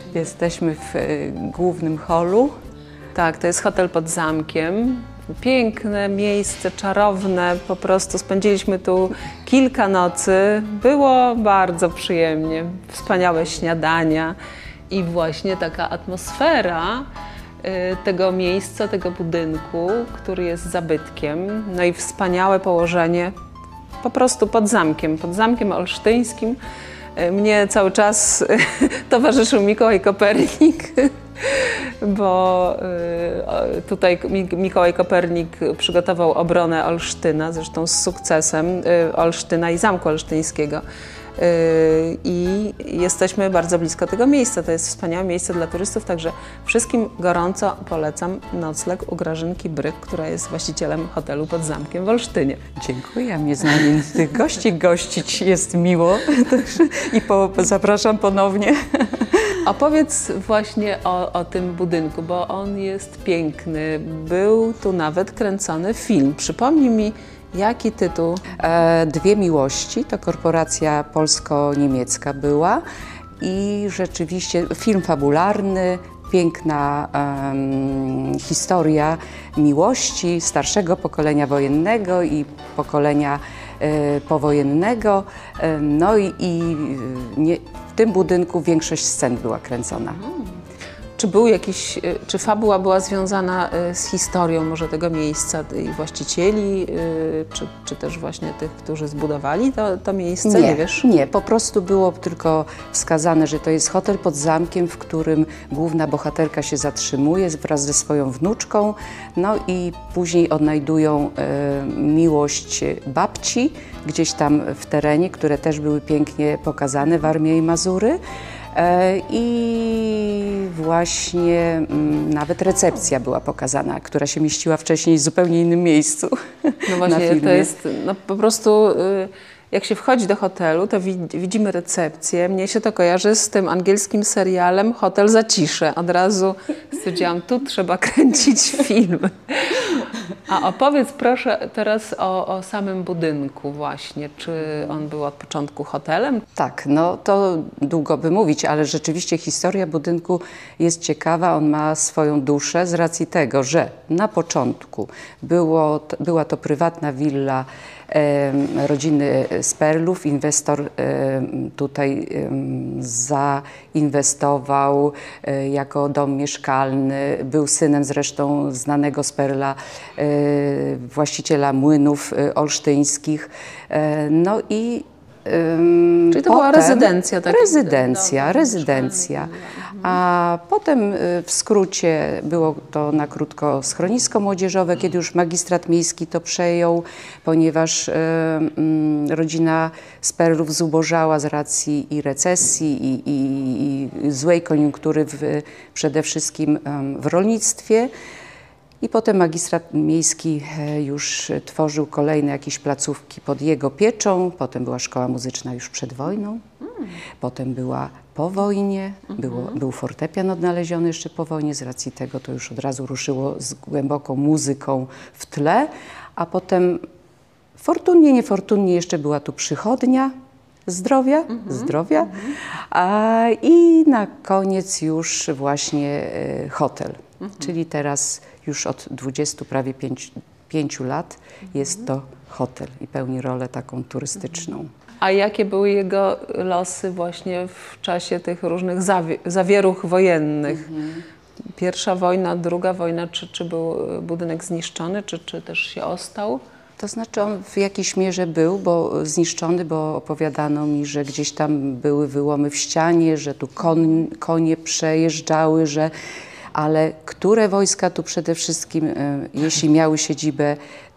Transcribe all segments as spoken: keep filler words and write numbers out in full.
Jesteśmy w y, głównym holu. Tak, to jest hotel pod zamkiem. Piękne miejsce, czarowne, po prostu spędziliśmy tu kilka nocy. Było bardzo przyjemnie, wspaniałe śniadania i właśnie taka atmosfera y, tego miejsca, tego budynku, który jest zabytkiem. No i wspaniałe położenie po prostu pod zamkiem, pod zamkiem olsztyńskim. Mnie cały czas towarzyszył Mikołaj Kopernik, bo tutaj Mikołaj Kopernik przygotował obronę Olsztyna, zresztą z sukcesem, Olsztyna i Zamku Olsztyńskiego. I jesteśmy bardzo blisko tego miejsca. To jest wspaniałe miejsce dla turystów, także wszystkim gorąco polecam nocleg u Grażynki Bryk, która jest właścicielem hotelu pod zamkiem w Olsztynie. Dziękuję, mnie z nami tych gości gościć jest miło i po, zapraszam ponownie. Opowiedz właśnie o, o tym budynku, bo on jest piękny. Był tu nawet kręcony film. Przypomnij mi, jaki tytuł? E, Dwie miłości, to korporacja polsko-niemiecka była i rzeczywiście film fabularny, piękna um, historia miłości starszego pokolenia wojennego i pokolenia e, powojennego. E, no i, i nie, w tym budynku większość scen była kręcona. Czy był jakiś, czy fabuła była związana z historią może tego miejsca i właścicieli, czy, czy też właśnie tych, którzy zbudowali to, to miejsce? Nie, nie wiesz? Nie, po prostu było tylko wskazane, że to jest hotel pod zamkiem, w którym główna bohaterka się zatrzymuje wraz ze swoją wnuczką, no i później odnajdują e, miłość babci gdzieś tam w terenie, które też były pięknie pokazane, Warmia i Mazury. I właśnie nawet recepcja była pokazana, która się mieściła wcześniej w zupełnie innym miejscu. No właśnie, to jest no, po prostu, jak się wchodzi do hotelu, to widzimy recepcję. Mnie się to kojarzy z tym angielskim serialem Hotel Zacisze. Od razu stwierdziłam, tu trzeba kręcić film. A opowiedz proszę teraz o, o samym budynku właśnie. Czy on był od początku hotelem? Tak, no to długo by mówić, ale rzeczywiście historia budynku jest ciekawa. On ma swoją duszę z racji tego, że na początku było, była to prywatna willa e, rodziny Sperlów. Inwestor e, tutaj e, zainwestował e, jako dom mieszkalny. Był synem zresztą znanego Sperla, e, właściciela młynów olsztyńskich. No i um, Czyli to potem, była rezydencja. Tak? Rezydencja, no, rezydencja. A potem w skrócie było to na krótko schronisko młodzieżowe, kiedy już magistrat miejski to przejął, ponieważ um, rodzina Sperlów zubożała z racji i recesji i, i, i złej koniunktury w, przede wszystkim um, w rolnictwie. I potem magistrat miejski już tworzył kolejne jakieś placówki pod jego pieczą. Potem była szkoła muzyczna już przed wojną. Mm. Potem była po wojnie. Mm-hmm. Było, był fortepian odnaleziony jeszcze po wojnie. Z racji tego to już od razu ruszyło z głęboką muzyką w tle. A potem fortunnie, niefortunnie jeszcze była tu przychodnia zdrowia. Mm-hmm. zdrowia. Mm-hmm. A, I na koniec już właśnie y, hotel. Mm-hmm. Czyli teraz już od dwudziestu, prawie pięciu lat jest to hotel i pełni rolę taką turystyczną. A jakie były jego losy właśnie w czasie tych różnych zawi zawieruch wojennych? Mhm. Pierwsza wojna, druga wojna, czy, czy był budynek zniszczony, czy, czy też się ostał? To znaczy on w jakiejś mierze był, bo zniszczony, bo opowiadano mi, że gdzieś tam były wyłomy w ścianie, że tu kon, konie przejeżdżały, że ale które wojska tu przede wszystkim, jeśli miały siedzibę,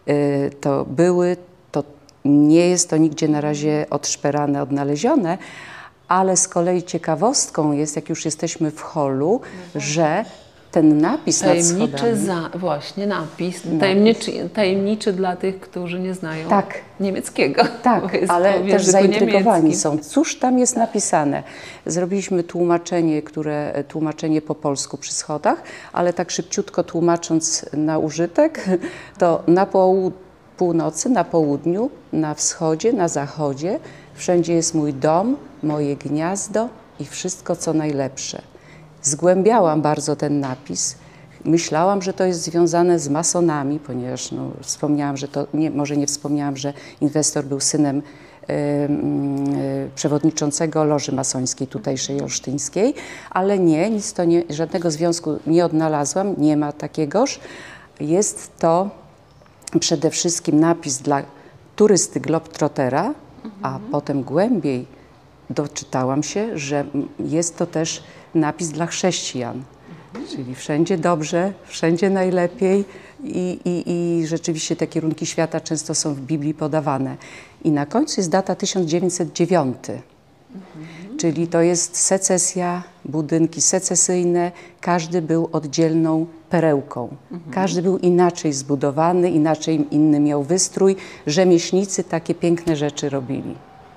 to były, to nie jest to nigdzie na razie odszperane, odnalezione, ale z kolei ciekawostką jest, jak już jesteśmy w holu, że ten napis tajemniczy nad schodami... za, właśnie napis, napis. Tajemniczy, tajemniczy dla tych, którzy nie znają tak. niemieckiego. Tak, ale też zaintrygowani niemieckim. są. Cóż tam jest napisane? Zrobiliśmy tłumaczenie, które, tłumaczenie po polsku przy schodach, ale tak szybciutko tłumacząc na użytek, to na poł północy, na południu, na wschodzie, na zachodzie, wszędzie jest mój dom, moje gniazdo i wszystko, co najlepsze. Zgłębiałam bardzo ten napis. Myślałam, że to jest związane z masonami, ponieważ no, wspomniałam, że to, nie, może nie wspomniałam, że inwestor był synem y, y, przewodniczącego loży masońskiej tutejszej olsztyńskiej, ale nie, nic to nie, żadnego związku nie odnalazłam, nie ma takiegoż. Jest to przede wszystkim napis dla turysty Globetrottera, a potem głębiej doczytałam się, że jest to też napis dla chrześcijan. Czyli wszędzie dobrze, wszędzie najlepiej i, i, i rzeczywiście te kierunki świata często są w Biblii podawane. I na końcu jest data tysiąc dziewięćset dziewiąty, mhm. czyli to jest secesja, budynki secesyjne, każdy był oddzielną perełką. Mhm. Każdy był inaczej zbudowany, inaczej inny miał wystrój. Rzemieślnicy takie piękne rzeczy robili.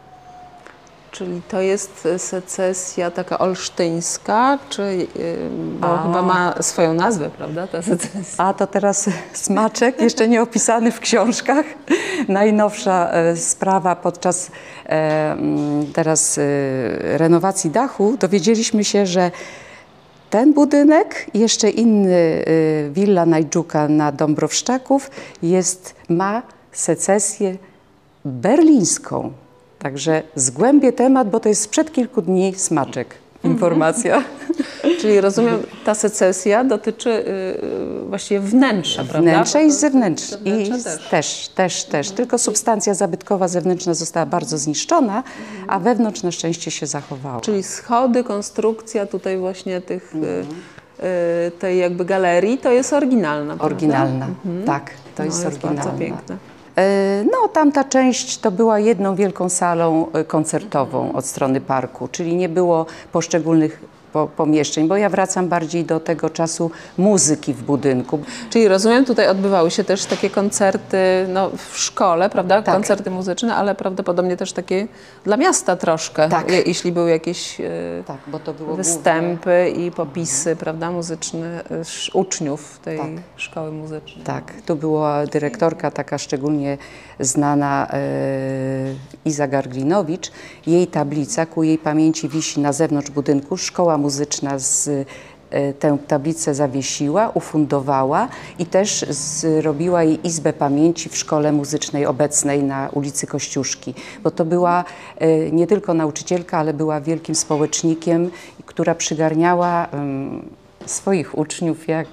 Czyli to jest secesja taka olsztyńska, czy, yy, bo A. chyba ma swoją nazwę, prawda, ta secesja? A to teraz smaczek, jeszcze nie opisany w książkach. Najnowsza e, sprawa podczas e, teraz e, renowacji dachu dowiedzieliśmy się, że ten budynek i jeszcze inny e, willa Najdżuka na Dąbrowszczaków jest, ma secesję berlińską. Także zgłębię temat, bo to jest sprzed kilku dni smaczek, informacja. Czyli rozumiem, ta secesja dotyczy yy, właściwie wnętrza, prawda? Wnętrza i zewnętrz. I też. też, też, też. Tylko substancja zabytkowa zewnętrzna została bardzo zniszczona, a wewnątrz na szczęście się zachowała. Czyli schody, konstrukcja tutaj właśnie tych, mhm. yy, tej jakby galerii, to jest oryginalna, prawda? Oryginalna, mhm. tak, to no, jest, jest oryginalna. bardzo piękne. No, tamta część to była jedną wielką salą koncertową od strony parku, czyli nie było poszczególnych po, pomieszczeń, bo ja wracam bardziej do tego czasu muzyki w budynku. Czyli rozumiem, tutaj odbywały się też takie koncerty no, w szkole, prawda? Tak. Koncerty muzyczne, ale prawdopodobnie też takie dla miasta troszkę, tak. je, jeśli były jakieś e, tak, bo to było występy główne. i popisy, mhm. prawda, muzyczne uczniów tej tak. szkoły muzycznej. Tak, tu była dyrektorka taka szczególnie znana, e, Iza Garglinowicz. Jej tablica ku jej pamięci wisi na zewnątrz budynku. Szkoła muzyczna z, e, tę tablicę zawiesiła, ufundowała i też zrobiła jej izbę pamięci w szkole muzycznej obecnej na ulicy Kościuszki, bo to była e, nie tylko nauczycielka, ale była wielkim społecznikiem, która przygarniała e, swoich uczniów jak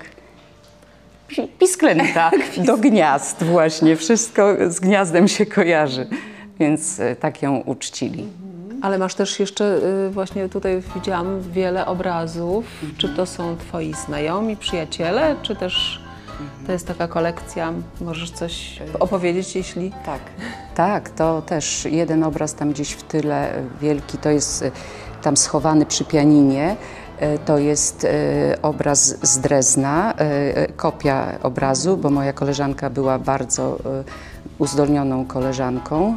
pisklęta do gniazd właśnie. Wszystko z gniazdem się kojarzy, więc tak ją uczcili. Ale masz też jeszcze, właśnie tutaj widziałam wiele obrazów. Mhm. Czy to są twoi znajomi, przyjaciele, czy też to jest taka kolekcja? Możesz coś opowiedzieć, jeśli... Tak, tak, to też jeden obraz tam gdzieś w tyle wielki, to jest tam schowany przy pianinie. To jest obraz z Drezna, kopia obrazu, bo moja koleżanka była bardzo uzdolnioną koleżanką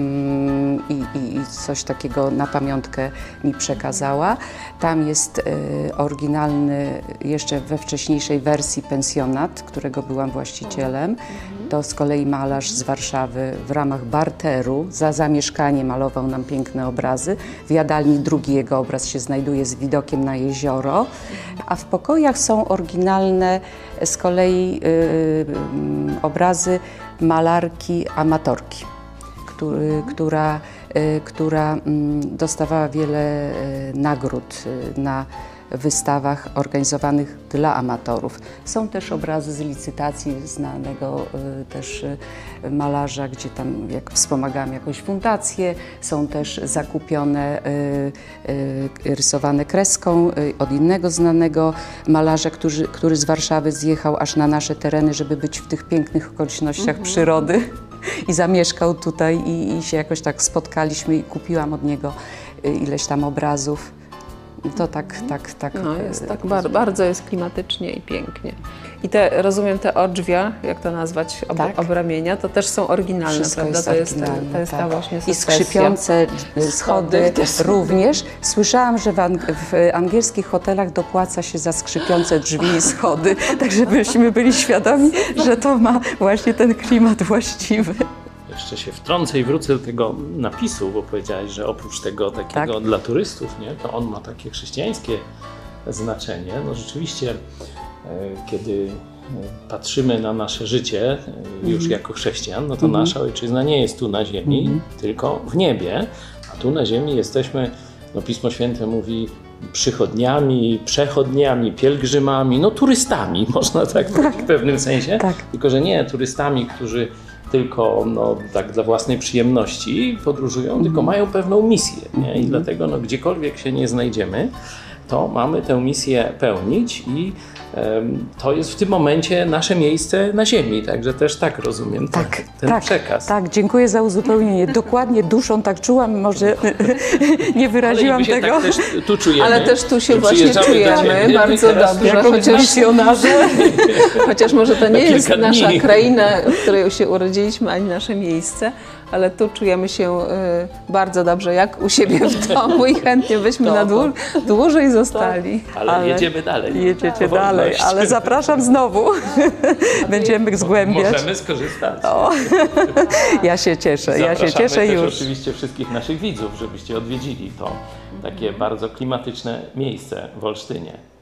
i, i, i coś takiego na pamiątkę mi przekazała. Tam jest oryginalny, jeszcze we wcześniejszej wersji pensjonat, którego byłam właścicielem. To z kolei malarz z Warszawy w ramach barteru za zamieszkanie malował nam piękne obrazy. W jadalni drugi jego obraz się znajduje z widokiem na jezioro, a w pokojach są oryginalne z kolei y, y, obrazy malarki amatorki, który, która, y, która y, dostawała wiele y, nagród y, na wystawach organizowanych dla amatorów. Są też obrazy z licytacji znanego y, też y, malarza, gdzie tam jak wspomagałam jakąś fundację. Są też zakupione, y, y, rysowane kreską y, od innego znanego malarza, który, który z Warszawy zjechał aż na nasze tereny, żeby być w tych pięknych okolicznościach mhm. przyrody i zamieszkał tutaj i, i się jakoś tak spotkaliśmy i kupiłam od niego y, ileś tam obrazów. To tak, tak, tak. No jest tak bar bardzo jest klimatycznie i pięknie. I te, rozumiem, te odrzwia, jak to nazwać, ob tak. obramienia, to też są oryginalne, Wszystko prawda? Jest to, jest, oryginalne, to jest tak. ta właśnie I skrzypiące schody również. Słyszałam, że w, ang w angielskich hotelach dopłaca się za skrzypiące drzwi i schody, tak żebyśmy byli świadomi, że to ma właśnie ten klimat właściwy. Jeszcze się wtrącę i wrócę do tego napisu, bo powiedziałaś, że oprócz tego takiego tak. dla turystów, nie, to on ma takie chrześcijańskie znaczenie. No rzeczywiście, kiedy patrzymy na nasze życie już mm. jako chrześcijan, no to mm. nasza ojczyzna nie jest tu na ziemi, mm. tylko w niebie, a tu na ziemi jesteśmy, no Pismo Święte mówi, przychodniami, przechodniami, pielgrzymami, no turystami, można tak powiedzieć w pewnym sensie, tak. Tylko że nie turystami, którzy tylko no, tak dla własnej przyjemności podróżują, mm. tylko mają pewną misję. Nie? I mm. dlatego no, gdziekolwiek się nie znajdziemy, to mamy tę misję pełnić i um, to jest w tym momencie nasze miejsce na ziemi, także też tak rozumiem tak, ten, ten tak, przekaz. Tak, dziękuję za uzupełnienie. Dokładnie duszą tak czułam, może nie wyraziłam Ale tego. Tak też tu czujemy. Ale też tu się właśnie czujemy bardzo dobrze, jako chociaż, misjonarze. chociaż może to nie jest dni. nasza kraina, w której się urodziliśmy, ani nasze miejsce, ale tu czujemy się y, bardzo dobrze, jak u siebie w domu i chętnie byśmy na dłu dłużej zostali. Ale, ale jedziemy dalej. Jedziecie dalej, ale zapraszam znowu. Będziemy zgłębiać. Możemy skorzystać. O. Ja się cieszę, Zapraszamy ja się cieszę też już. oczywiście wszystkich naszych widzów, żebyście odwiedzili to takie bardzo klimatyczne miejsce w Olsztynie.